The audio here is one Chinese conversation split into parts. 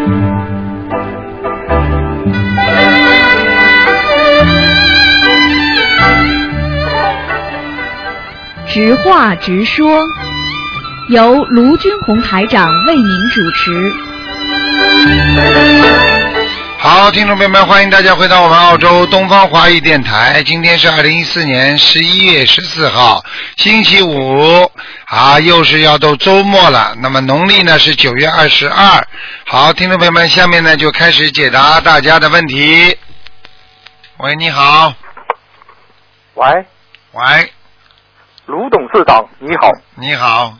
直话直说，由卢军红台长为您主持。 好，听众朋友们，欢迎大家回到我们澳洲东方华语电台。今天是2014年11月14号，星期五啊，又是要到周末了。那么农历呢是9月22。好，听众朋友们，下面呢就开始解答大家的问题。喂，你好。 喂。 喂。 卢董事长，你好。 你好。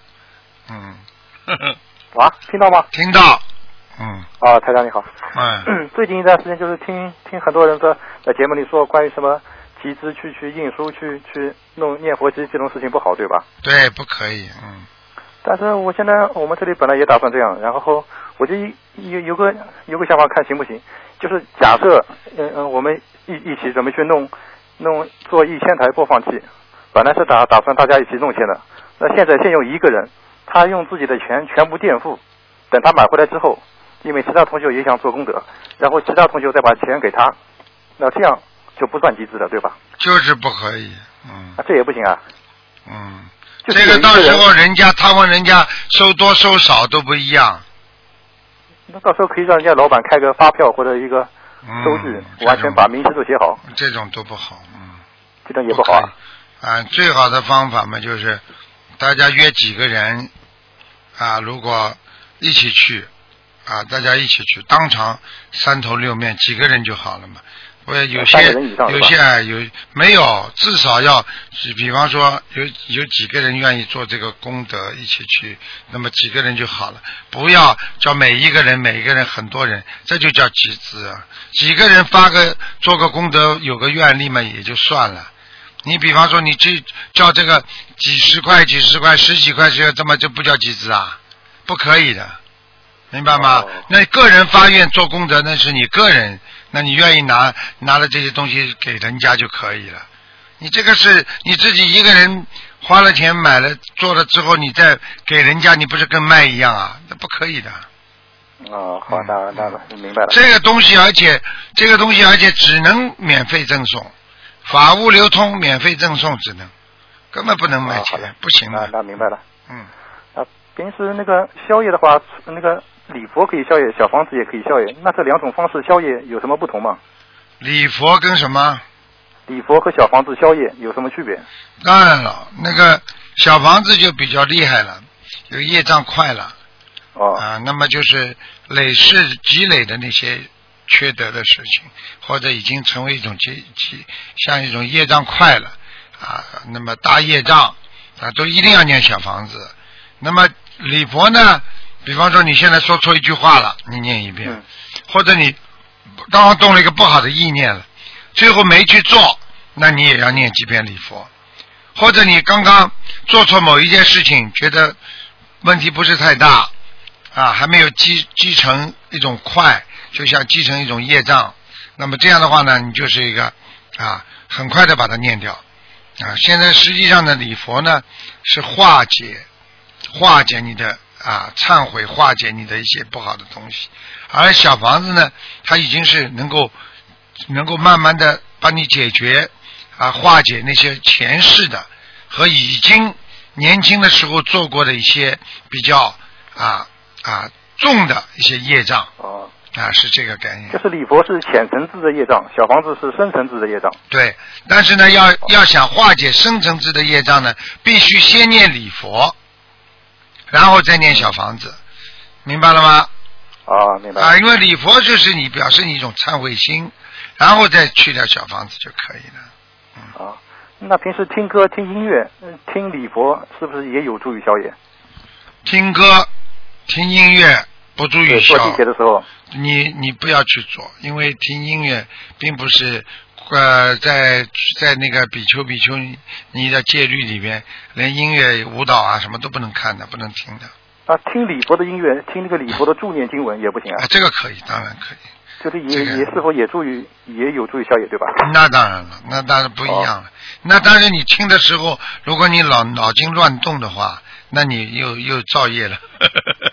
啊，听到吗？ 听到。 啊，台长你好。最近一段时间就是听很多人说在节目里说关于什么集资去印书去弄念佛机这种事情不好，对吧？ 对，不可以。 但是我们这里本来也打算这样，然后我就有个想法，看行不行？就是假设我们一起准备去弄做1000台播放器，本来是打算大家一起弄钱的，那现在先用一个人，他用自己的钱全部垫付，等他买回来之后。因为其他同学也想做功德，然后其他同学再把钱给他，那这样就不算集资了，对吧？ 就是不可以。 这也不行啊。 这个到时候他问人家收多收少都不一样。 那到时候可以让人家老板开个发票或者一个收据，完全把明细都写好。 这种都不好。 这种也不好啊。最好的方法嘛，就是大家约几个人啊，如果一起去。大家一起去，当场3头6面，几个人就好了嘛。有些没有，至少要，比方说有几个人愿意做这个功德，一起去，那么几个人就好了。不要叫每一个人很多人，这就叫集资啊。几个人做个功德，有个愿力嘛，也就算了。你比方说你去叫这个几十块、10几块，这么就不叫集资啊？不可以的。明白吗？那个人发愿做功德，那是你个人，那你愿意拿了这些东西给人家就可以了。你这个是你自己一个人花了钱买了做了之后，你再给人家，你不是跟卖一样啊？那不可以的。 好，那明白了。 这个东西，而且只能免费赠送，法物流通免费赠送，只能，根本不能卖钱，不行的。 那明白了。平时那个宵夜的话，那个礼佛可以宵夜，小房子也可以宵夜，那这2种方式宵夜有什么不同吗？ 礼佛跟什么？ 礼佛和小房子宵夜有什么区别？ 当然了，那个小房子就比较厉害了，有业障快了。那么就是积累的那些缺德的事情，或者已经成为一种像一种业障快了那么大业障都一定要念小房子。那么礼佛呢，比方说你现在说错一句话了，你念一遍，或者你刚刚动了一个不好的意念了，最后没去做，那你也要念几遍礼佛。或者你刚刚做错某一件事情，觉得问题不是太大还没有积成一种快，就像积成一种业障，那么这样的话呢，你就是一个很快的把它念掉现在实际上的礼佛呢是化解你的忏悔，化解你的一些不好的东西。而小房子呢，它已经是能够慢慢的帮你解决化解那些前世的和已经年轻的时候做过的一些比较重的一些业障是这个概念。 就是礼佛是浅层次的业障，小房子是深层次的业障。 对，但是呢，要想化解深层次的业障呢，必须先念礼佛，然后再念小房子，明白了吗？ 明白了。 因为礼佛就是你表示你一种忏悔心，然后再去掉小房子就可以了。 那平时听歌、听音乐、听礼佛，是不是也有助于消业？听歌、听音乐不助于消。 做地铁的时候， 你不要去做，因为听音乐并不是在那个比丘你的戒律里边，连音乐、舞蹈什么都不能看的，不能听的。 听礼佛的音乐，听那个礼佛的助念经文也不行这个可以，当然可以。 就是也是否也有助于消业，对吧？ 那当然了，那当然不一样了。那当然，你听的时候，如果你脑筋乱动的话，那你又造业了。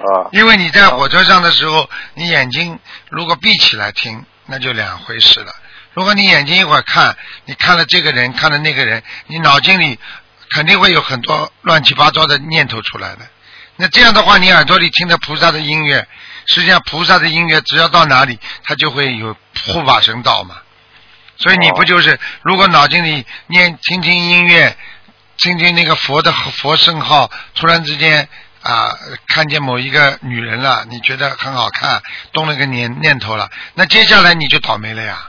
因为你在火车上的时候，你眼睛如果闭起来听，那就两回事了。如果你眼睛一会儿看，你看了这个人，看了那个人，你脑筋里肯定会有很多乱七八糟的念头出来的。那这样的话，你耳朵里听的菩萨的音乐，实际上菩萨的音乐只要到哪里，它就会有护法神道嘛。所以你不就是，如果脑筋里听听音乐，听听那个佛的佛圣号，突然之间看见某一个女人了，你觉得很好看，动了个念头了，那接下来你就倒霉了呀。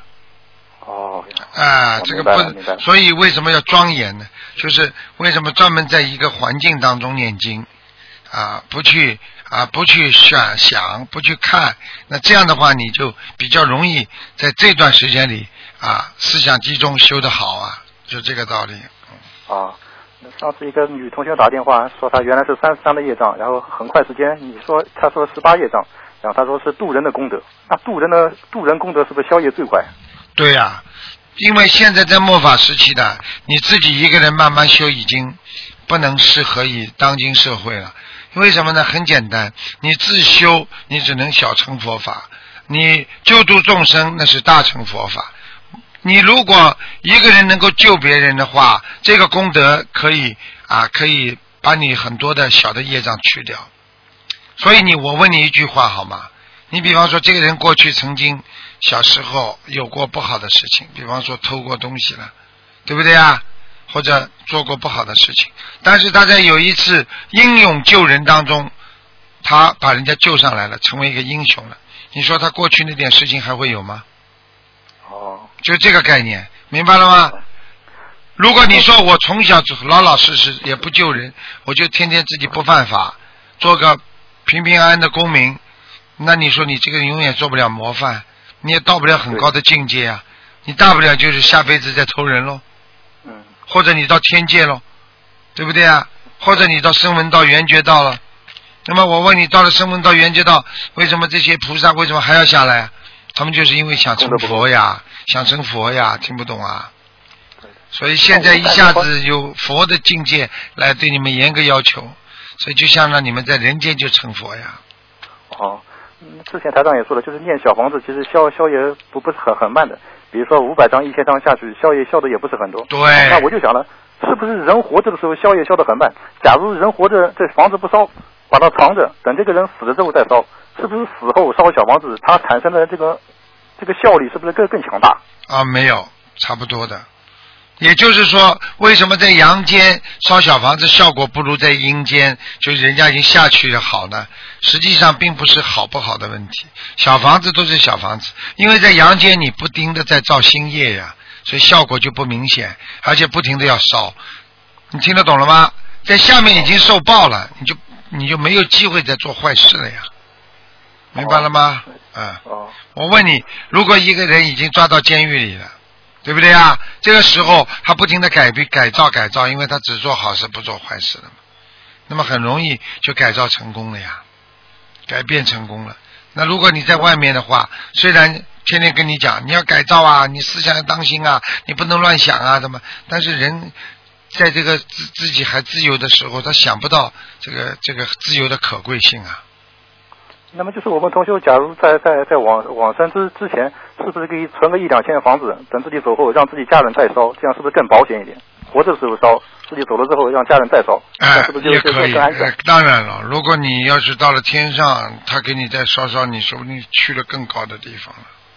这个不，所以为什么要庄严呢？就是为什么专门在一个环境当中念经不去想，不去看，那这样的话你就比较容易在这段时间里思想集中修得好就这个道理。 上次一个女同学打电话说她原来是33的业障，然后很快时间她说18业障，然后她说是渡人的功德，那渡人功德是不是消业最快？ 对呀，因为现在在末法时期的你自己一个人慢慢修已经不能适合于当今社会了。为什么呢？很简单，你自修你只能小乘佛法，你救度众生那是大乘佛法。你如果一个人能够救别人的话，这个功德可以把你很多的小的业障去掉。所以我问你一句话好吗？你比方说这个人过去曾经小时候有过不好的事情，比方说偷过东西了，对不对或者做过不好的事情，但是他在有一次英勇救人当中，他把人家救上来了，成为一个英雄了，你说他过去那点事情还会有吗？就这个概念，明白了吗？如果你说我从小老老实实也不救人，我就天天自己不犯法，做个平平安安的公民，那你说你这个人永远做不了模范，你也到不了很高的境界你大不了就是下辈子再投人咯，或者你到天界咯，对不对或者你到声闻道缘觉道了。那么我问你，到了声闻道缘觉道，为什么这些菩萨为什么还要下来他们就是因为想成佛想成佛听不懂所以现在一下子有佛的境界来对你们严格要求，所以就像让你们在人间就成佛之前台长也说了，就是念小房子其实消业不是很慢的，比如说500张1000张下去，消业消的也不是很多。 对。 那我就想了，是不是人活着的时候消业消得很慢？假如人活着这房子不烧，把它藏着，等这个人死了之后再烧，是不是死后烧小房子，它产生的这个效力是不是更强大？ 没有，差不多的。也就是说，为什么在阳间烧小房子效果不如在阴间，就是人家已经下去好呢？实际上并不是好不好的问题，小房子都是小房子，因为在阳间你不停的在造新业所以效果就不明显，而且不停的要烧。你听得懂了吗？在下面已经受报了，你就没有机会再做坏事了明白了吗？我问你，如果一个人已经抓到监狱里了，对不对这个时候他不停的改造，因为他只做好事不做坏事了嘛，那么很容易就改造成功了改变成功了。那如果你在外面的话，虽然天天跟你讲你要改造你思想要当心你不能乱想怎么，但是人在这个自己还自由的时候，他想不到这个自由的可贵性那么就是我们同修，假如在往生之前，是不是可以存个1-2千的房子，等自己走后让自己家人再烧，这样是不是更保险一点？活着的时候烧，自己走了之后让家人再烧，是不是也可以？ 更安全？ 当然了，如果你要是到了天上，他给你再烧，你说不定去了更高的地方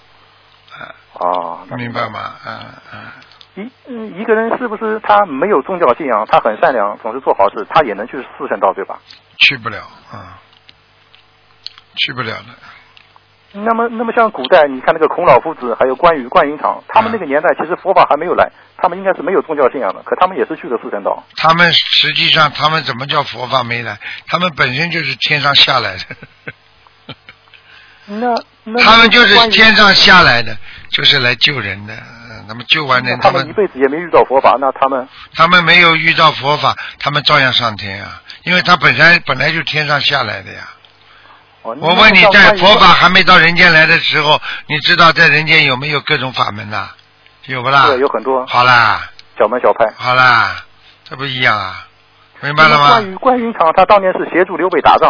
了。明白吗？ 一个人是不是他没有宗教信仰，他很善良，总是做好事，他也能去四圣道，对吧？ 去不了去不了的。 那么像古代，你看那个孔老夫子，还有关云长，他们那个年代其实佛法还没有来，他们应该是没有宗教信仰的，可他们也是去了四圣道。 他们实际上，他们怎么叫佛法没来？他们本身就是天上下来的。他们就是天上下来的，就是来救人的。那么救完人， 他们一辈子也没遇到佛法，那他们没有遇到佛法，他们照样上天因为他本来就天上下来的我问你，在佛法还没到人间来的时候，你知道在人间有没有各种法门有不啦？ 对，有很多。 好啦， 小门小派。 好啦，这不一样明白了吗？ 关云长他当年是协助刘备打仗，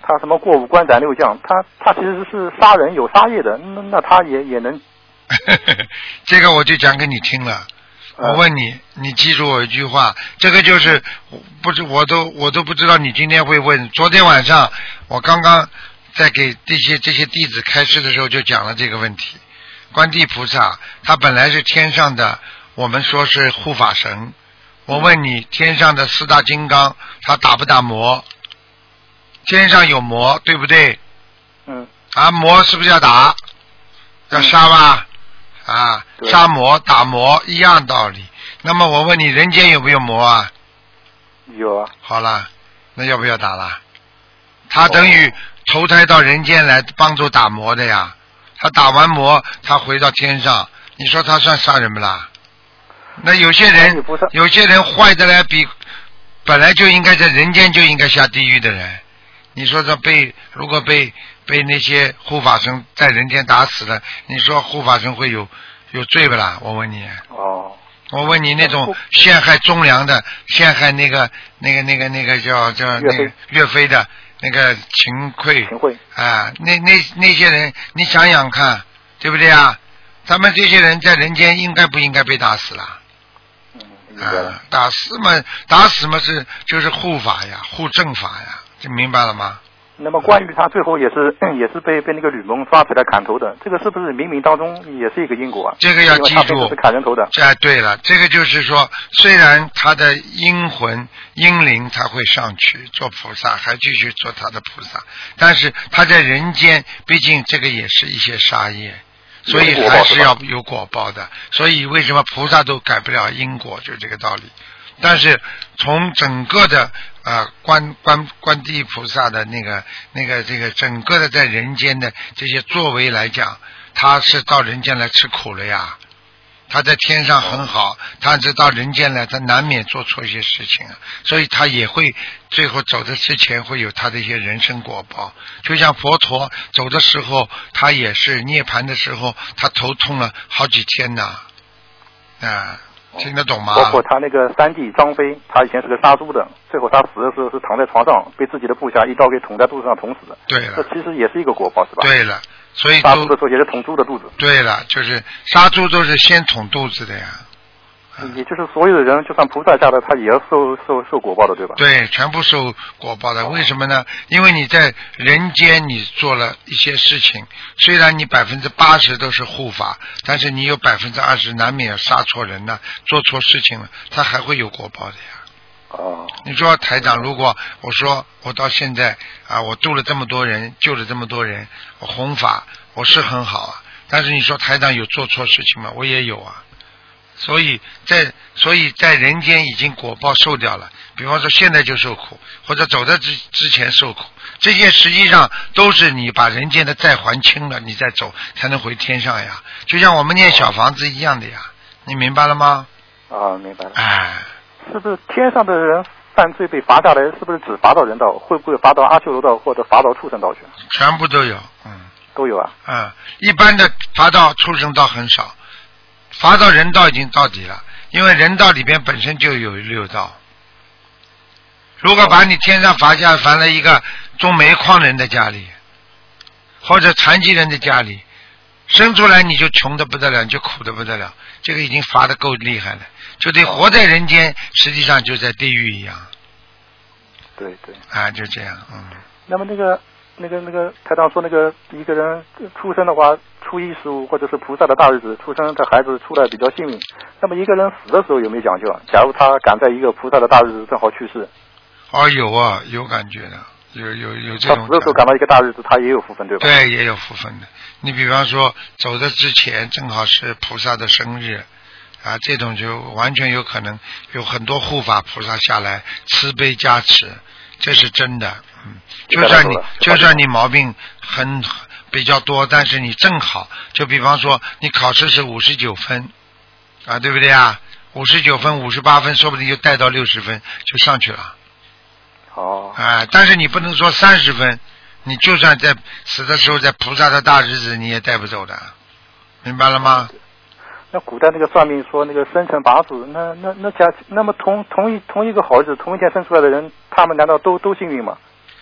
他什么过五关斩六将，他其实是杀人有杀业的，那他也能。 这个我就讲给你听了。我问你，你记住我一句话，这个就是我都不知道你今天会问。昨天晚上我刚刚在给这些弟子开示的时候就讲了这个问题。观地菩萨他本来是天上的，我们说是护法神。我问你，天上的四大金刚他打不打魔？天上有魔，对不对？魔是不是要打？要杀吧？杀魔打魔一样道理。那么我问你，人间有没有魔啊？ 有啊。 好了，那要不要打了？他等于投胎到人间来帮助打魔的呀。他打完魔，他回到天上，你说他算杀人不啦？那有些人坏的来比本来就应该在人间就应该下地狱的人，你说这如果被那些护法神在人间打死了，你说护法神会有罪不啦？我问你。我问你，那种陷害忠良的，陷害那个叫那个岳飞的那个秦桧啊，那些人，你想想看，对不对啊？他们这些人在人间应该不应该被打死了？打死嘛就是护法呀，护正法呀，就明白了吗？ 那么关于他最后也是被那个吕蒙抓起来砍头的，这个是不是冥冥当中也是一个因果啊？ 这个要记住， 是砍人头的。 对了，这个就是说，虽然他的阴魂阴灵他会上去做菩萨，还继续做他的菩萨，但是他在人间，毕竟这个也是一些杀业，所以还是要有果报的。所以为什么菩萨都改不了因果，就这个道理。但是从整个的观地菩萨的那个这个整个的在人间的这些作为来讲，他是到人间来吃苦了呀。他在天上很好，他是到人间来，他难免做错一些事情啊，所以他也会最后走的之前会有他的一些人生果报。就像佛陀走的时候，他也是涅槃的时候，他头痛了好几天呐。听得懂吗？ 包括他那个三弟张飞，他以前是个杀猪的，最后他死的时候是躺在床上，被自己的部下一刀给捅在肚子上捅死的。 对了， 这其实也是一个果报，是吧？ 对了，所以杀猪的时候也是捅猪的肚子。 对了，就是杀猪都是先捅肚子的呀。 也就是所有的人，就算菩萨下的，他也要受果报的，对吧？ 对，全部受果报的。为什么呢？因为你在人间你做了一些事情，虽然你80%都是护法，但是你有20%难免杀错人了，做错事情了，他还会有果报的呀。你说台长，如果我说我到现在我度了这么多人，救了这么多人，我弘法我是很好啊，但是你说台长有做错事情吗？我也有啊。所以在人间已经果报受掉了，比方说现在就受苦，或者走的之前受苦，这些实际上都是你把人间的债还清了，你再走才能回天上呀，就像我们念小房子一样的呀，你明白了吗？ 明白了。是不是天上的人犯罪被罚下来，是不是只罚到人道，会不会罚到阿修罗道或者罚到畜生道去？ 全部都有。 都有啊。 一般的罚到畜生道很少，罚到人道已经到底了，因为人道里边本身就有6道。如果把你天上罚了一个种煤矿人的家里，或者残疾人的家里，生出来你就穷得不得了，你就苦得不得了，这个已经罚得够厉害了，就得活在人间，实际上就在地狱一样。 对。 就这样。 那么那个台长说，那个一个人出生的话，初一15或者是菩萨的大日子出生，这孩子出来比较幸运。那么一个人死的时候有没有讲究啊？假如他赶在一个菩萨的大日子正好去世。 有啊，有感觉的，有这种。 他死的时候赶到一个大日子，他也有福分，对吧？ 对，也有福分的。你比方说走的之前正好是菩萨的生日这种就完全有可能有很多护法菩萨下来慈悲加持，这是真的。就算你毛病比较多，但是你正好，就比方说你考试是59分对不对啊？59分58分说不定就带到60分就上去了。但是你不能说30分，你就算在死的时候在菩萨的大日子你也带不走的，明白了吗？ 那古代那个算命说那个生辰八字，那么同一个好日子同一天生出来的人，他们难道都幸运吗？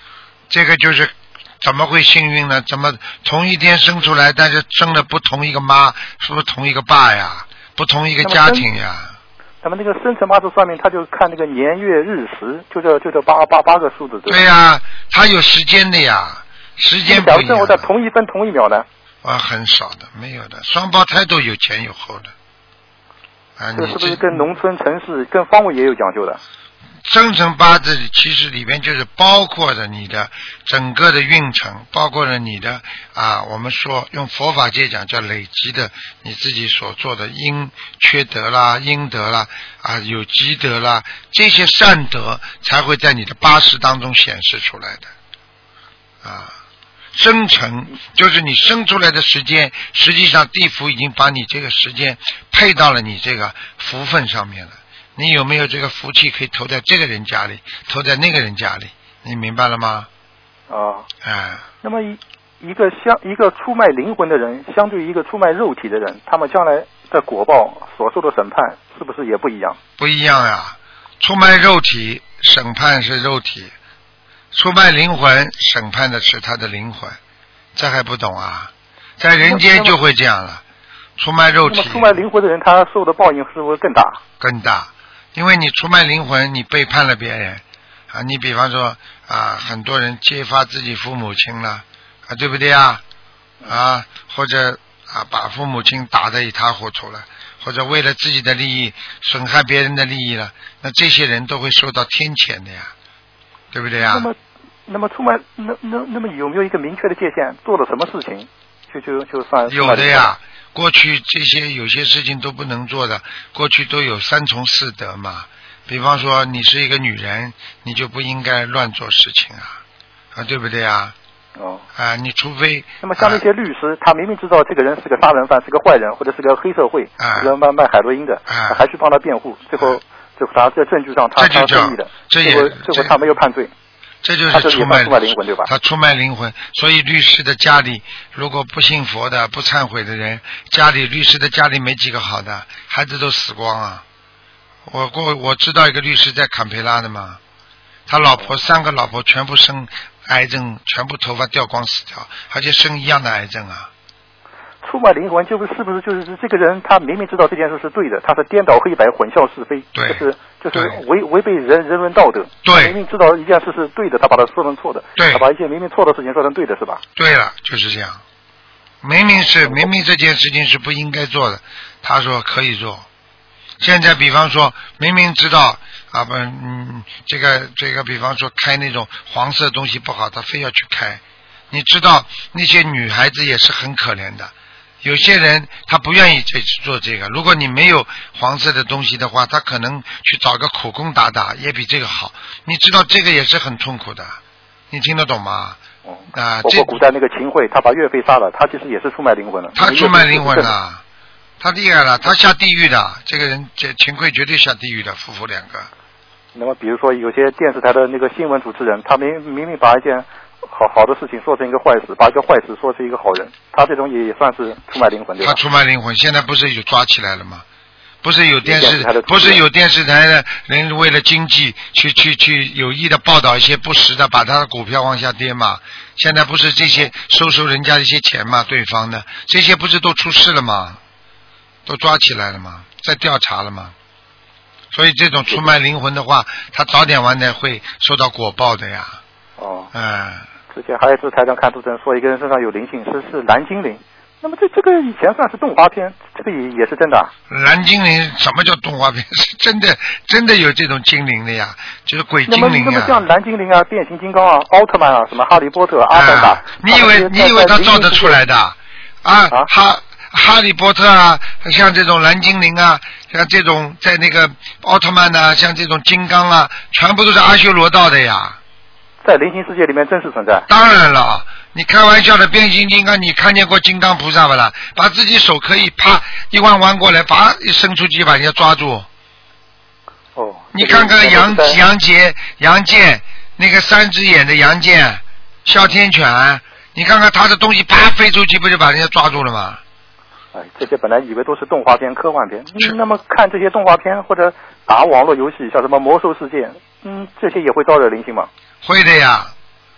这个就是怎么会幸运呢？怎么同一天生出来，但是生了不同一个妈，是不是同一个爸呀？不同一个家庭呀？ 咱们那个生辰八字上面，他就看那个年月日时，就这八个数字。 对呀，他有时间的呀，时间不一样。假如我在同一分同一秒呢？ 很少的，没有的，双胞胎都有前有后的。 这是不是跟农村、城市、跟方位也有讲究的？ 生辰八字其实里边就是包括着你的整个的运程，包括了你的我们说用佛法界讲叫累积的你自己所做的因缺德啦、阴德啦有积德啦，这些善德才会在你的80当中显示出来的生辰就是你生出来的时间，实际上地府已经把你这个时间配到了你这个福分上面了。你有没有这个福气可以投在这个人家里，投在那个人家里？你明白了吗？ 那么一个出卖灵魂的人，相对于一个出卖肉体的人，他们将来的果报所受的审判是不是也不一样？ 不一样呀，出卖肉体审判是肉体，出卖灵魂审判的是他的灵魂，这还不懂啊？在人间就会这样了，出卖肉体。 那么出卖灵魂的人，他受的报应是不是更大？ 更大。因为你出卖灵魂，你背叛了别人你比方说很多人揭发自己父母亲了对不对或者把父母亲打得一塌糊涂了，或者为了自己的利益损害别人的利益了，那这些人都会受到天谴的呀，对不对呀？ 那么出卖那么有没有一个明确的界限？做了什么事情就算有的呀？过去这些有些事情都不能做的，过去都有3从4德嘛。比方说你是一个女人，你就不应该乱做事情对不对你除非那么像那些律师，他明明知道这个人是个杀人犯，是个坏人，或者是个黑社会，是个卖海洛因的，还去帮他辩护，最后他在证据上他胜利的，最后他没有判罪。 这就是出卖灵魂，对吧？ 他出卖灵魂，所以律师的家里如果不信佛的、不忏悔的人，律师的家里没几个好的，孩子都死光我知道一个律师在坎培拉的嘛，他老婆3个老婆全部生癌症，全部头发掉光死掉，而且生一样的癌症出卖灵魂是不是就是这个人他明明知道这件事是对的，他是颠倒黑白、混淆是非，就是违背人伦道德。 对， 明明知道一件事是对的，他把它说成错的。 对， 他把一些明明错的事情说成对的，是吧？ 对了，就是这样。明明这件事情是不应该做的，他说可以做。现在比方说明明知道这个比方说开那种黄色东西不好，他非要去开。你知道那些女孩子也是很可怜的，有些人他不愿意去做这个，如果你没有黄色的东西的话，他可能去找个苦工打也比这个好。你知道这个也是很痛苦的，你听得懂吗？ 包括古代那个秦桧，他把岳飞杀了，他其实也是出卖灵魂了。 他出卖灵魂了，他厉害了，他下地狱的。这个人秦桧绝对下地狱的，夫妇2个。 那么比如说有些电视台的那个新闻主持人，他明明把一件好的事情说成一个坏事，把一个坏事说成一个好人，他这种也算是出卖灵魂，对吧？ 他出卖灵魂，现在不是有抓起来了吗？不是有电视台的人为了经济去有意的报道一些不实的，把他的股票往下跌嘛？现在不是这些收人家的一些钱嘛？对方的这些不是都出事了吗？都抓起来了吗？在调查了吗？所以这种出卖灵魂的话，他早点晚点会受到果报的呀。 之前还有一次台上看图腾说一个人身上有灵性，是蓝精灵。那么这个以前算是动画片，这个也是真的。 蓝精灵什么叫动画片？是真的有这种精灵的呀，就是鬼精灵那么像蓝精灵变形金刚奥特曼什么哈利波特、阿凡达， 你以为他造得出来的哈利波特像这种蓝精灵像这种在那个奥特曼像这种金刚全部都是阿修罗道的呀。 在灵性世界里面真实存在。 当然了，你开玩笑的，变形金刚你看见过金刚菩萨不啦？把自己手可以啪一弯过来，啪一伸出去把人家抓住。你看看杨戬那个3只眼的杨戬哮天犬，你看看他的东西啪飞出去，不就把人家抓住了吗？ 这些本来以为都是动画片、科幻片，那么看这些动画片或者打网络游戏，像什么魔兽世界，这些也会招惹灵性吗？ 会的呀，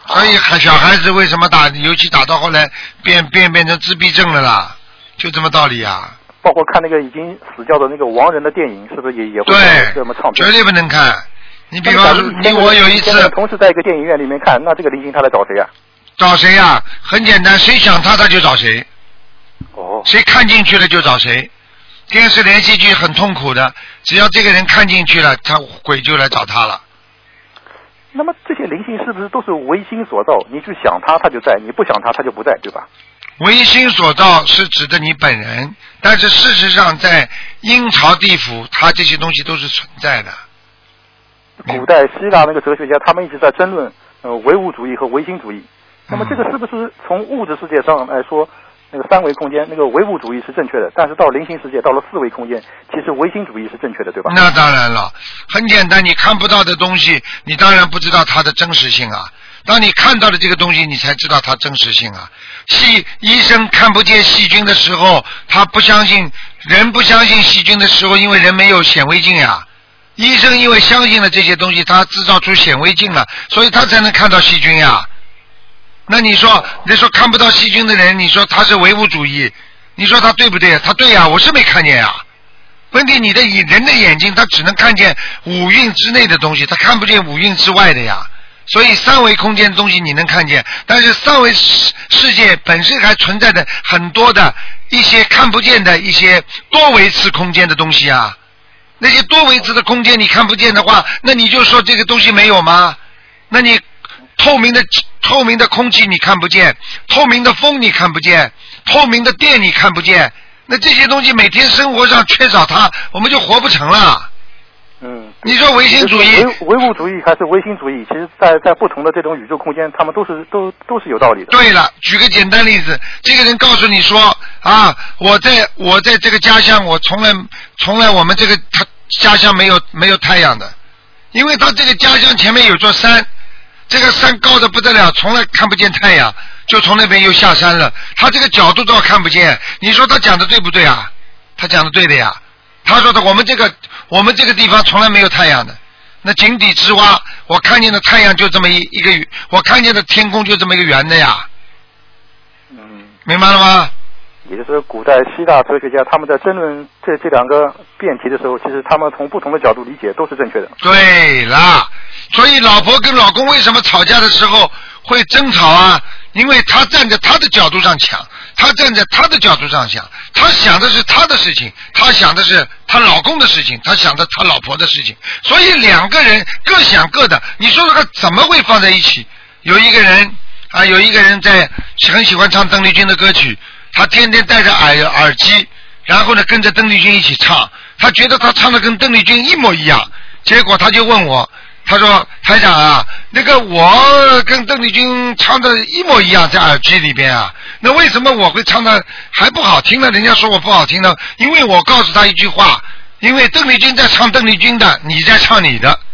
所以小孩子为什么打游戏打到后来变成自闭症了啦？就这么道理啊。 包括看那个已经死掉的那个亡人的电影，是不是也会这么唱？ 绝对不能看。你比方说，我有一次同时在一个电影院里面看，那这个灵性他来找谁啊？ 找谁呀？很简单，谁想他就找谁。 哦。 谁看进去了就找谁。电视连续剧很痛苦的，只要这个人看进去了，他鬼就来找他了。 那么这些灵性是不是都是唯心所造？你去想他，他就在；你不想他，他就不在，对吧？ 唯心所造是指的你本人，但是事实上在阴曹地府，它这些东西都是存在的。 古代希腊那个哲学家，他们一直在争论唯物主义和唯心主义。那么这个是不是从物质世界上来说，那个三维空间那个唯物主义是正确的，但是到灵性世界，到了四维空间，其实唯心主义是正确的，对吧？ 那当然了，很简单，你看不到的东西，你当然不知道它的真实性啊。当你看到了这个东西，你才知道它真实性啊。医生看不见细菌的时候，他不相信，人不相信细菌的时候，因为人没有显微镜呀。医生因为相信了这些东西，他制造出显微镜了，所以他才能看到细菌呀。那你说看不到细菌的人，你说他是唯物主义，你说他对不对？他对呀，我是没看见呀。问题你的人的眼睛，他只能看见五蕴之内的东西，他看不见五蕴之外的呀。所以三维空间的东西你能看见，但是三维世界本身还存在着很多的一些看不见的一些多维次空间的东西啊。那些多维次的空间你看不见的话，那你就说这个东西没有吗？那你透明的空气你看不见，透明的风你看不见，透明的电你看不见，那这些东西每天生活上缺少它，我们就活不成了。你说唯心主义、 唯物主义还是唯心主义？其实在不同的这种宇宙空间，他们都是有道理的。 对了，举个简单例子，这个人告诉你说啊，我在这个家乡，我从来我们这个家乡没有太阳的，因为他这个家乡前面有座山，这个山高的不得了，从来看不见太阳，就从那边又下山了，他这个角度都看不见。你说他讲的对不对啊？他讲的对的呀。他说的我们这个地方从来没有太阳的，那井底之蛙，我看见的太阳就这么一个，我看见的天空就这么一个圆的呀。明白了吗？ 也就是古代希腊哲学家他们在争论这两个辩题的时候，其实他们从不同的角度理解都是正确的。 对啦，所以老婆跟老公为什么吵架的时候会争吵啊？因为他站在他的角度上抢，他站在他的角度上想，他想的是他的事情，他想的是他老公的事情，他想的他老婆的事情，所以两个人各想各的。你说这个怎么会放在一起？有一个人在很喜欢唱邓丽君的歌曲，他天天戴着耳机，然后呢跟着邓丽君一起唱，他觉得他唱的跟邓丽君一模一样，结果他就问我，他说台长啊，那个我跟邓丽君唱的一模一样在耳机里边啊，那为什么我会唱的还不好听呢？人家说我不好听呢，因为我告诉他一句话，因为邓丽君在唱邓丽君的，你在唱你的。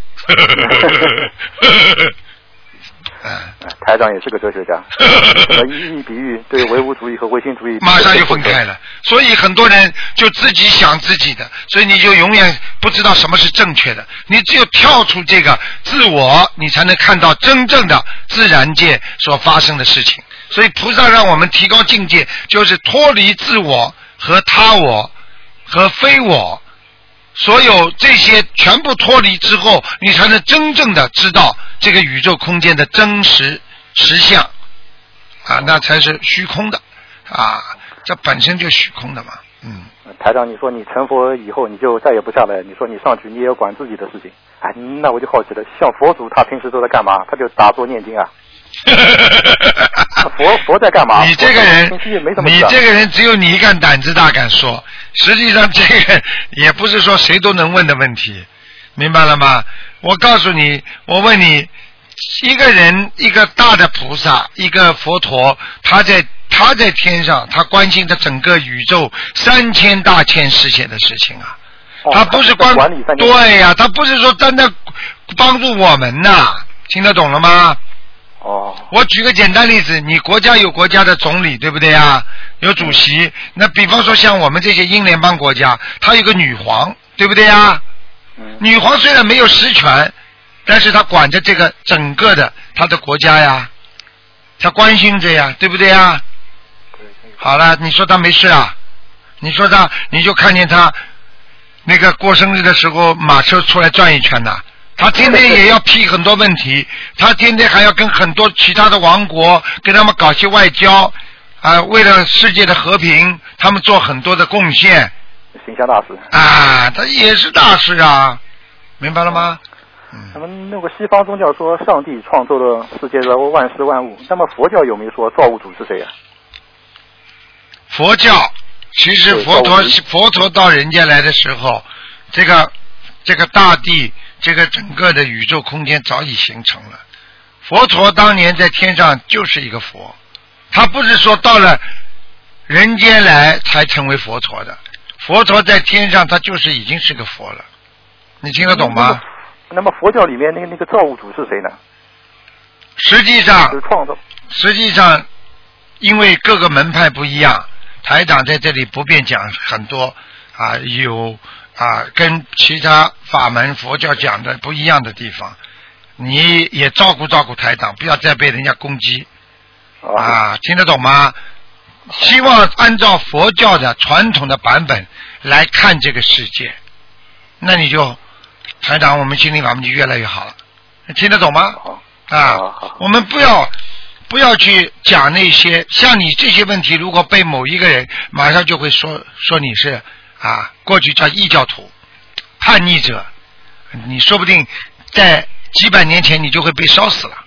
台长也是个哲学家，一比喻对唯物主义和唯心主义马上就分开了，所以很多人就自己想自己的，所以你就永远不知道什么是正确的。你只有跳出这个自我，你才能看到真正的自然界所发生的事情。所以菩萨让我们提高境界，就是脱离自我和他我和非我，所有这些全部脱离之后，你才能真正的知道这个宇宙空间的真实相啊，那才是虚空的啊，这本身就虚空的嘛。 台长，你说你成佛以后你就再也不下来，你说你上去你也要管自己的事情，那我就好奇了，像佛祖他平时都在干嘛？他就打坐念经啊。佛在干嘛？ 你这个人只有你敢胆子大敢说，实际上这个也不是说谁都能问的问题，明白了吗？我告诉你，我问你，一个人，一个大的菩萨，一个佛陀，他在天上，他关心着整个宇宙3000大千世界的事情啊。他不是管理，对呀，他不是说单单帮助我们呐，听得懂了吗？我举个简单例子，你国家有国家的总理，对不对啊？有主席，那比方说像我们这些英联邦国家，他有个女皇，对不对啊？女皇虽然没有实权，但是他管着这个整个的他的国家呀， 他关心着呀，对不对呀？好了，你说他没事啊？你说他，你就看见他那个过生日的时候，马车出来转一圈呐。他天天也要批很多问题，他天天还要跟很多其他的王国跟他们搞些外交啊，为了世界的和平，他们做很多的贡献。 形象大使啊，他也是大事啊，明白了吗？ 那么那个西方宗教说上帝创造了世界的万事万物，那么佛教有没有说造物主是谁啊？ 佛教其实佛陀到人间来的时候，这个大地，这个整个的宇宙空间早已形成了。佛陀当年在天上就是一个佛，他不是说到了人间来才成为佛陀的。佛陀在天上他就是已经是个佛了，你听得懂吗？ 那么佛教里面那个造物主是谁呢？ 实际上因为各个门派不一样，台长在这里不便讲很多啊，有啊跟其他法门佛教讲的不一样的地方，你也照顾照顾台长，不要再被人家攻击啊，听得懂吗？希望按照佛教的传统的版本来看这个世界，那你就台长我们心灵法门就越来越好了，听得懂吗？啊，我们不要去讲那些像你这些问题，如果被某一个人马上就会说你是啊，过去叫异教徒叛逆者，你说不定在几百年前你就会被烧死了。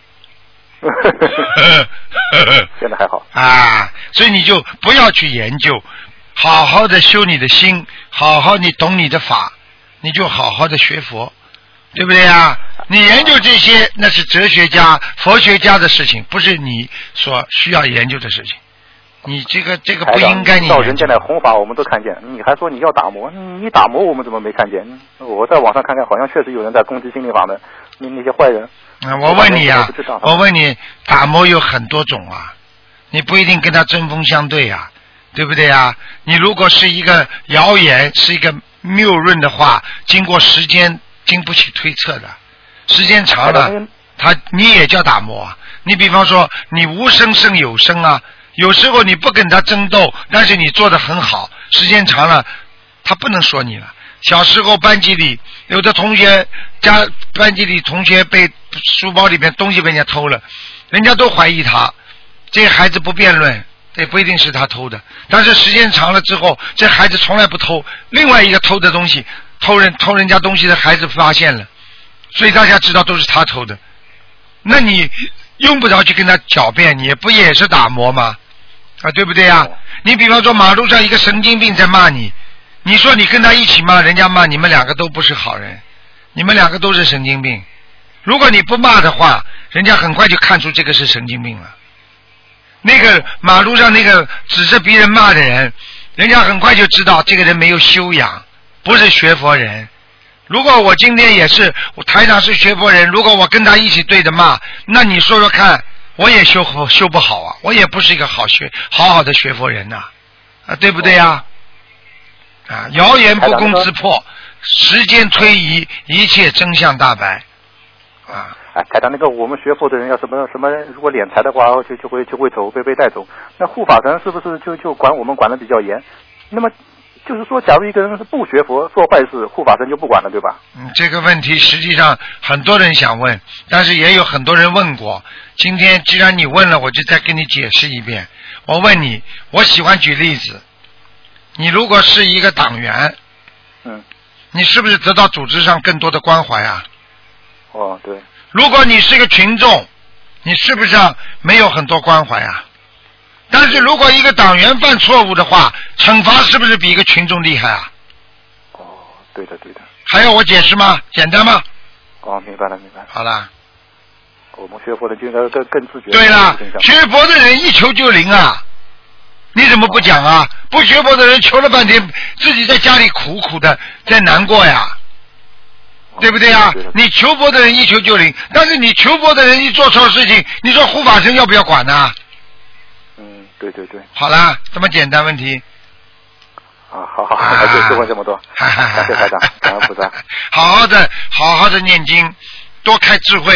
现在还好啊，所以你就不要去研究，好好的修你的心，好好你懂你的法，你就好好的学佛，对不对啊？你研究这些那是哲学家佛学家的事情，不是你所需要研究的事情。你这个不应该你研究。 到人间的弘法我们都看见，你还说你要打磨，你打磨我们怎么没看见？我在网上看看，好像确实有人在攻击心灵法门，那些坏人。 我问你啊，我问你，打磨有很多种啊，你不一定跟他针锋相对啊，对不对啊？你如果是一个谣言，是一个谬论的话，经过时间经不起推测的，时间长了，你也叫打磨啊。你比方说，你无声胜有声啊，有时候你不跟他争斗，但是你做得很好，时间长了，他不能说你了。小时候班级里有的同学班级里同学被书包里面东西被人家偷了，人家都怀疑他，这孩子不辩论，也不一定是他偷的，但是时间长了之后，这孩子从来不偷，另外一个偷的东西，偷人家东西的孩子发现了，所以大家知道都是他偷的，那你用不着去跟他狡辩，你不也是打磨吗？啊，对不对啊？你比方说马路上一个神经病在骂你，你说你跟他一起骂，人家骂你们两个都不是好人，你们两个都是神经病。如果你不骂的话，人家很快就看出这个是神经病了。那个马路上那个指着别人骂的人，人家很快就知道这个人没有修养，不是学佛人。如果我今天也是，我台长是学佛人，如果我跟他一起对着骂，那你说说看，我也修不好啊，我也不是一个好好的学佛人呐，啊，对不对呀？啊，谣言不攻自破，时间推移，一切真相大白。啊， 台长，那个我们学佛的人要什么，如果敛财的话，就会走，被带走。那护法神是不是就管我们管得比较严？那么就是说，假如一个人是不学佛做坏事，护法神就不管了，对吧？ 这个问题实际上很多人想问，但是也有很多人问过。今天既然你问了，我就再跟你解释一遍。我问你，我喜欢举例子。你如果是一个党员，你是不是得到组织上更多的关怀啊？ 哦，对。 如果你是一个群众，你是不是没有很多关怀啊？但是如果一个党员犯错误的话，惩罚是不是比一个群众厉害啊？ 哦，对的。 还要我解释吗？简单吗？ 哦，明白了。 好了。 我们学佛的就应该更自觉。 对了，学佛的人一求就灵啊！你怎么不讲啊？不学佛的人求了半天，自己在家里苦苦的在难过呀，对不对啊？你求佛的人一求就灵，但是你求佛的人一做错事情，你说护法神要不要管呢？ 对。 好啦，这么简单问题。 好，就问这么多。感谢台长，感恩菩萨。 好好的念经，多开智慧，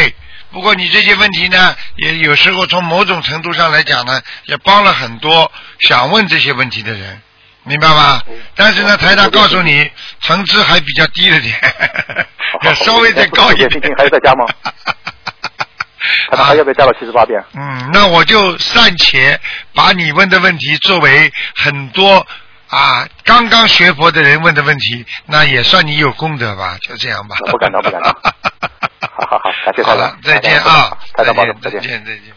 不过你这些问题呢，也有时候从某种程度上来讲呢，也帮了很多想问这些问题的人，明白吗？但是呢，台长告诉你，层次还比较低了点，要稍微再高一点。 还要再加吗？还要不要加到78遍？ 那我就暂且把你问的问题作为很多刚刚学佛的人问的问题，那也算你有功德吧，就这样吧。 不敢当。好，感谢台长。 好了，再见啊！ 台长保重，再见。 再见。